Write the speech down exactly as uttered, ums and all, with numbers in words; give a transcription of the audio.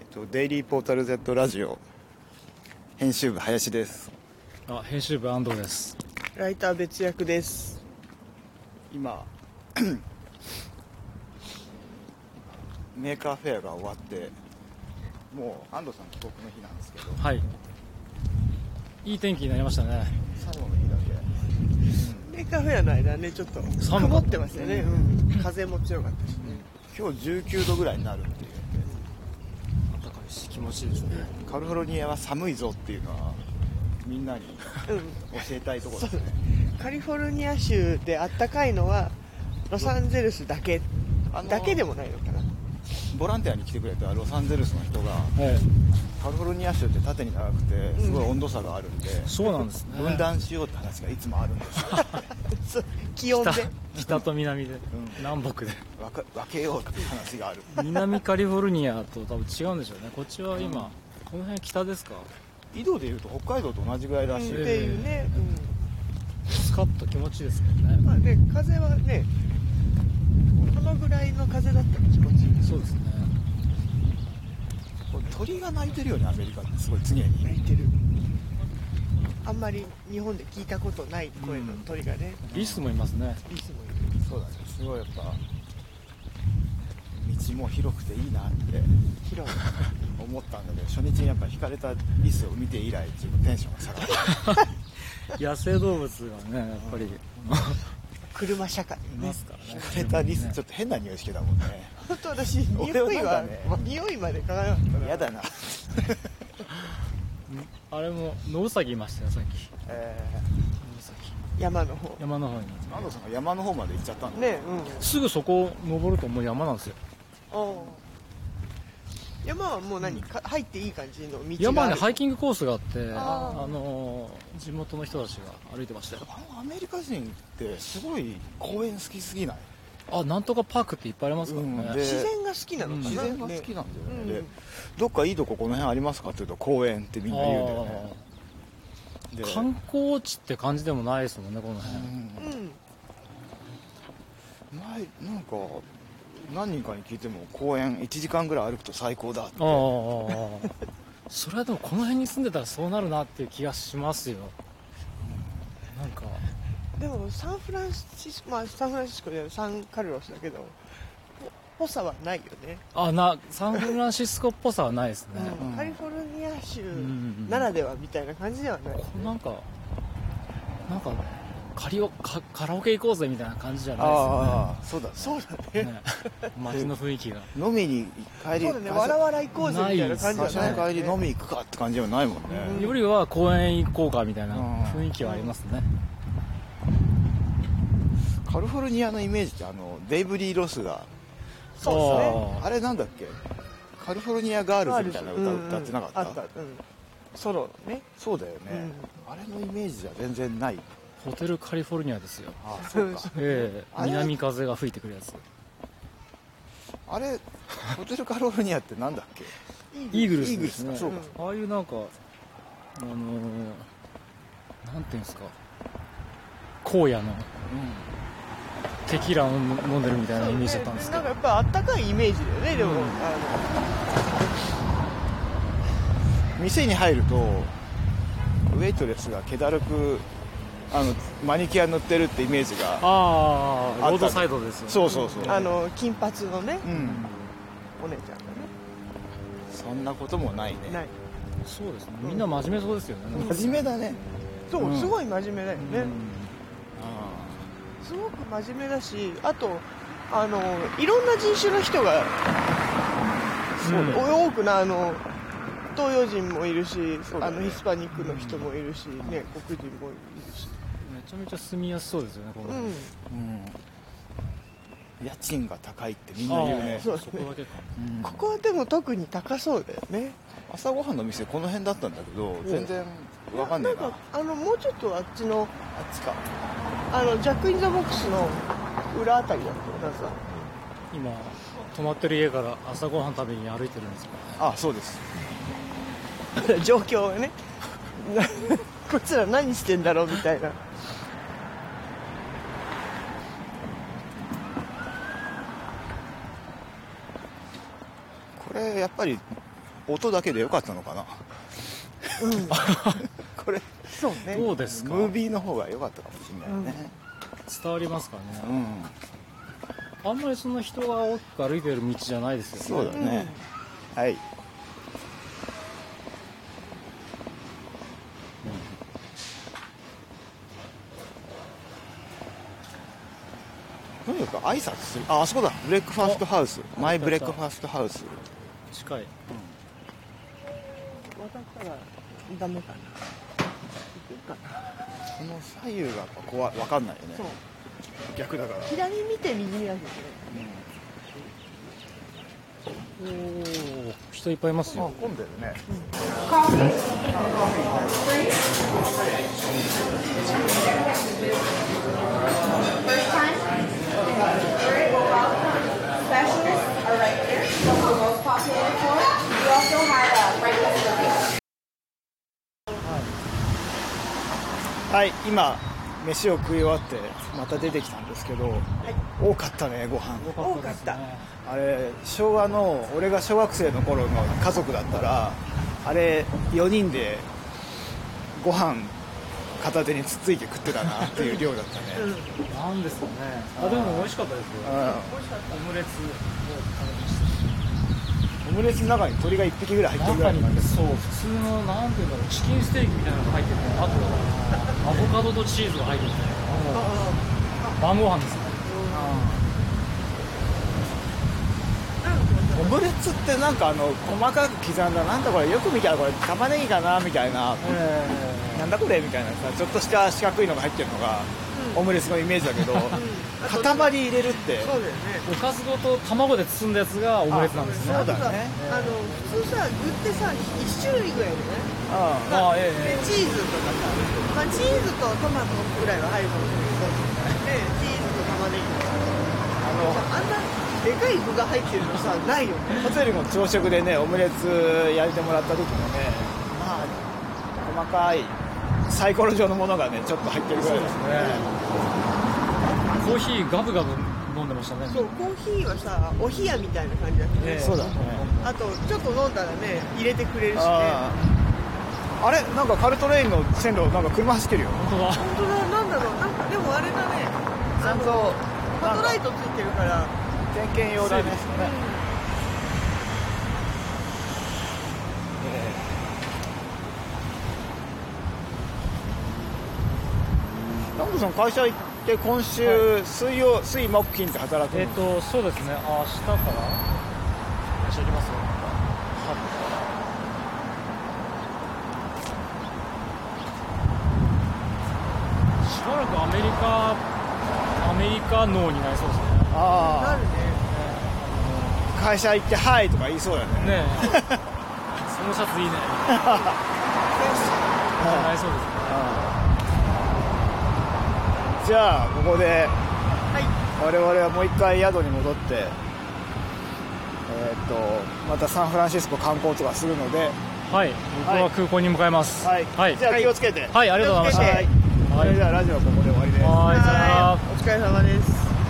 とデイリーポータル Z ラジオ編集部林です。 あ、編集部安藤です。 ライター別役です。 今メーカーフェアが終わってもう安藤さん帰国の日なんですけど、 はい、いい天気になりましたね。 最後の日だけ、 うん、メーカーフェアの間ねちょっと曇ってましたよね、うん、風も強かったしね。 今日じゅうきゅうどぐらいになるっていう暖かいし気持ちいいですね。 カリフォルニアは寒いぞっていうのはみんなに教えたいところですね、 うん、カリフォルニア州であったかいのはロサンゼルスだけだけでもないのかな。 ボランティアに来てくれたロサンゼルスの人が、 はい、 カリフォルニア州って縦に長くてすごい温度差があるんで、うん、 そうなんですね。 分断しようって話がいつもあるんですよ気温で北, 北と南で、うん、南北で分, か分けようっていう話がある。 南カリフォルニアと多分違うんでしょうね。こっちは今、うん、この辺北ですか。 緯度でいうと北海道と同じぐらいらしい、 うん、っていうね、 うん、スカッと気持ちいいですけどね。 まあね、風はねこのぐらいの風だったら気持ちいい。 そうですね。 鳥が鳴いてるよね、アメリカってすごい常に鳴いてる。あんまり日本で聞いたことない声の鳥がね、 うん、リスもいますね。 リスもいる。 そうだね、すごいやっぱ道も広くていいなって広い思ったんだけど、初日にやっぱ引かれたリスを見て以来自分テンションが下がる野生動物がねやっぱり、うん、 車社会いますからね。 引かれたリスちょっと変な匂いしてたもんね。 本当私匂いは、ね、匂いまで嗅がなかったな。 嫌だなあれも野ウサギいましたよさっき、 えー、 山の方山の方に安藤さんが山の方まで行っちゃったんだね、 うん、すぐそこを登るともう山なんですよ。 あ山はもう何、うん、か入っていい感じの道がある。 山にハイキングコースがあって、 あ、 あのー、地元の人たちが歩いてましたよ。 あのアメリカ人ってすごい公園好きすぎない？ あ、なんとかパークっていっぱいありますからね、 うん、自然が好きなのかな、 自然が好きなんだよね、うん、でうん、 どっかいいとここの辺ありますかって言うと公園ってみんな言うんだよね。 で観光地って感じでもないですもんねこの辺、うんうん、前なんか何人かに聞いても公園いちじかんぐらい歩くと最高だって。 ああそれはでもこの辺に住んでたらそうなるなっていう気がしますよ。なんかでもサンフランシスコ、まあサンフランシスコでサンカルロスだけどぽさはないよね。 あなサンフランシスコっぽさはないですね、 うん、カリフォルニア州ならではみたいな感じではない、ね、 うん、なんかなんかカリオ カ, カラオケ行こうぜみたいな感じじゃないですよね。 ああそうだね、 そうだね、ね街の雰囲気が飲みに帰り、 そうだね、わらわら行こうぜみたいな感じじゃない、 会社の帰り飲み行くかって感じではないもんね、 うん、よりは公園行こうかみたいな雰囲気はありますね、 うん、カリフォルニアのイメージってあのデイブ・リー・ロスがそうですね、 あれなんだっけ、カリフォルニアガールズみたいな歌、うんうん、歌ってなかった？ あった、うん、ソロのね。 そうだよね、うん、あれのイメージじゃ全然ない。 ホテルカリフォルニアですよ。 ああそうか、 ええ、南風が吹いてくるやつ。 あれホテルカリフォルニアってなんだっけ？ イーグルスですね。 そうか、 ああいうなんかあのー、なんていうんですか、荒野の、うん、テキーラを飲んでるみたいなイメージだったんですけど、 なんかやっぱあったかいイメージだよね、でも、うん、あの店に入るとウェイトレスが気だるくあのマニキュア塗ってるってイメージがああロードサイドですよね。 そうそうそう、 あの金髪のね、 うん、 お姉ちゃんがね。 そんなこともないね。 ない。 そうですね、みんな真面目そうですよね、 うん、真面目だね。 そう、うん、すごい真面目だよね、うん、あすごく真面目だし、あとあのいろんな人種の人が、うん、多くなあの東洋人もいるし、ね、あのヒスパニックの人もいるし、ね、黒人もいるし、 めちゃめちゃ住みやすそうですよねこの、うんうん、 家賃が高いってみんな言うね。 そうそこだけか、 うん、ここはでも特に高そうだよね。 朝ごはんの店この辺だったんだけど、うん、全然わかんないな。なんかあのもうちょっとあっちのあっちか、 あのジャック・イン・ザ・ボックスの裏あたりだったよなさ。 今泊まってる家から朝ごはん食べに歩いてるんですか、ね、 あそうです状況がねこいつら何してんだろうみたいな。 これやっぱり音だけでよかったのかな。 うんこれそうねどうですか。 ムービーの方が良かったかもしれないね。 伝わりますかね。 うん、 あんまりそんな人が多く歩いてる道じゃないですよね。 そうだね、はい、とにかく挨拶する。あ、あそこだ、ブレックファーストハウス、マイブレックファーストハウス。 近い。 渡ったらダメかな。行くかな。 この左右がやっぱ怖い、分かんないよね。 そう逆だから。 左見て右見なきゃいおお、人いっぱいいますあ、 よ。 混んでるね。 Specialists are right here. So the most popular for it. We also had a breakfast service. はい、今飯を食い終わってまた出てきたんですけど、多かったね、ご飯。 多かった。 あれ昭和の俺が小学生の頃の家族だったら、あれよにんでご飯片手につっついて食ってたなっていう量だったね。 なんですかね。あ、でも美味しかったですよ。 うん、 オムレツを食べました。 オムレツの中に鶏がいっぴきぐらい入ってるぐらいの感じ。 そう、普通のなんていうんだろう、チキンステーキみたいなのが入ってて、あとアボカドとチーズが入ってて、晩ご飯ですね。 オムレツってなんかあの細かく刻んだ、なんだこれ、よく見たらこれ玉ねぎかなみたいな、 えなんだこれみたいなさ、ちょっとした四角いのが入ってるのがオムレツのイメージだけど、塊入れるってそうだよね。 ー、おかずごと卵で包んだやつがオムレツなんですね。 そうだね。 あの普通さ具ってさ一種類ぐらいでね。 うん、 ああ、えでえチーズとかさ、まあ、チーズとトマトぐらいは入るかもしれないけど、でチーズと玉ねぎとかあんなでかい具が入ってるのさないよね。 ホテルの朝食でね、オムレツ焼いてもらった時もね、まあ細かいサイコロ状のものがねちょっと入ってるぐらいですね。 コーヒーガブガブ飲んでましたね。 そうコーヒーはさお冷やみたいな感じだったね。 ええそうだね。 あとちょっと飲んだらね入れてくれるしね。 あー、あれなんかカルトレインの線路なんか車走ってるよ。 本当だ。 本当だ、なんだろう、なんかでもあれだね、 ちゃんとハドライトついてるから。 点検用だね。ランドさん会社行って今週、 は水曜水木金って働くの。 えっと、そうですね。明日から会社行きますよ。しばらくアメリカ、アメリカ脳になりそうですね。 あなるね。 あ、会社行ってはいとか言いそうだね。 ねえ。そのシャツいいね。なりそうですね。 じゃあここではい。 我々はもう一回宿に戻って、えー、っとまたサンフランシスコ観光とかするので、 はい。僕は空港に向かいます。 はい、 はい。 じゃあ気をつけて。 はい、ありがとうございました。 はい、それではラジオはここで終わりです。 はい、さよなら。 お疲れ様です。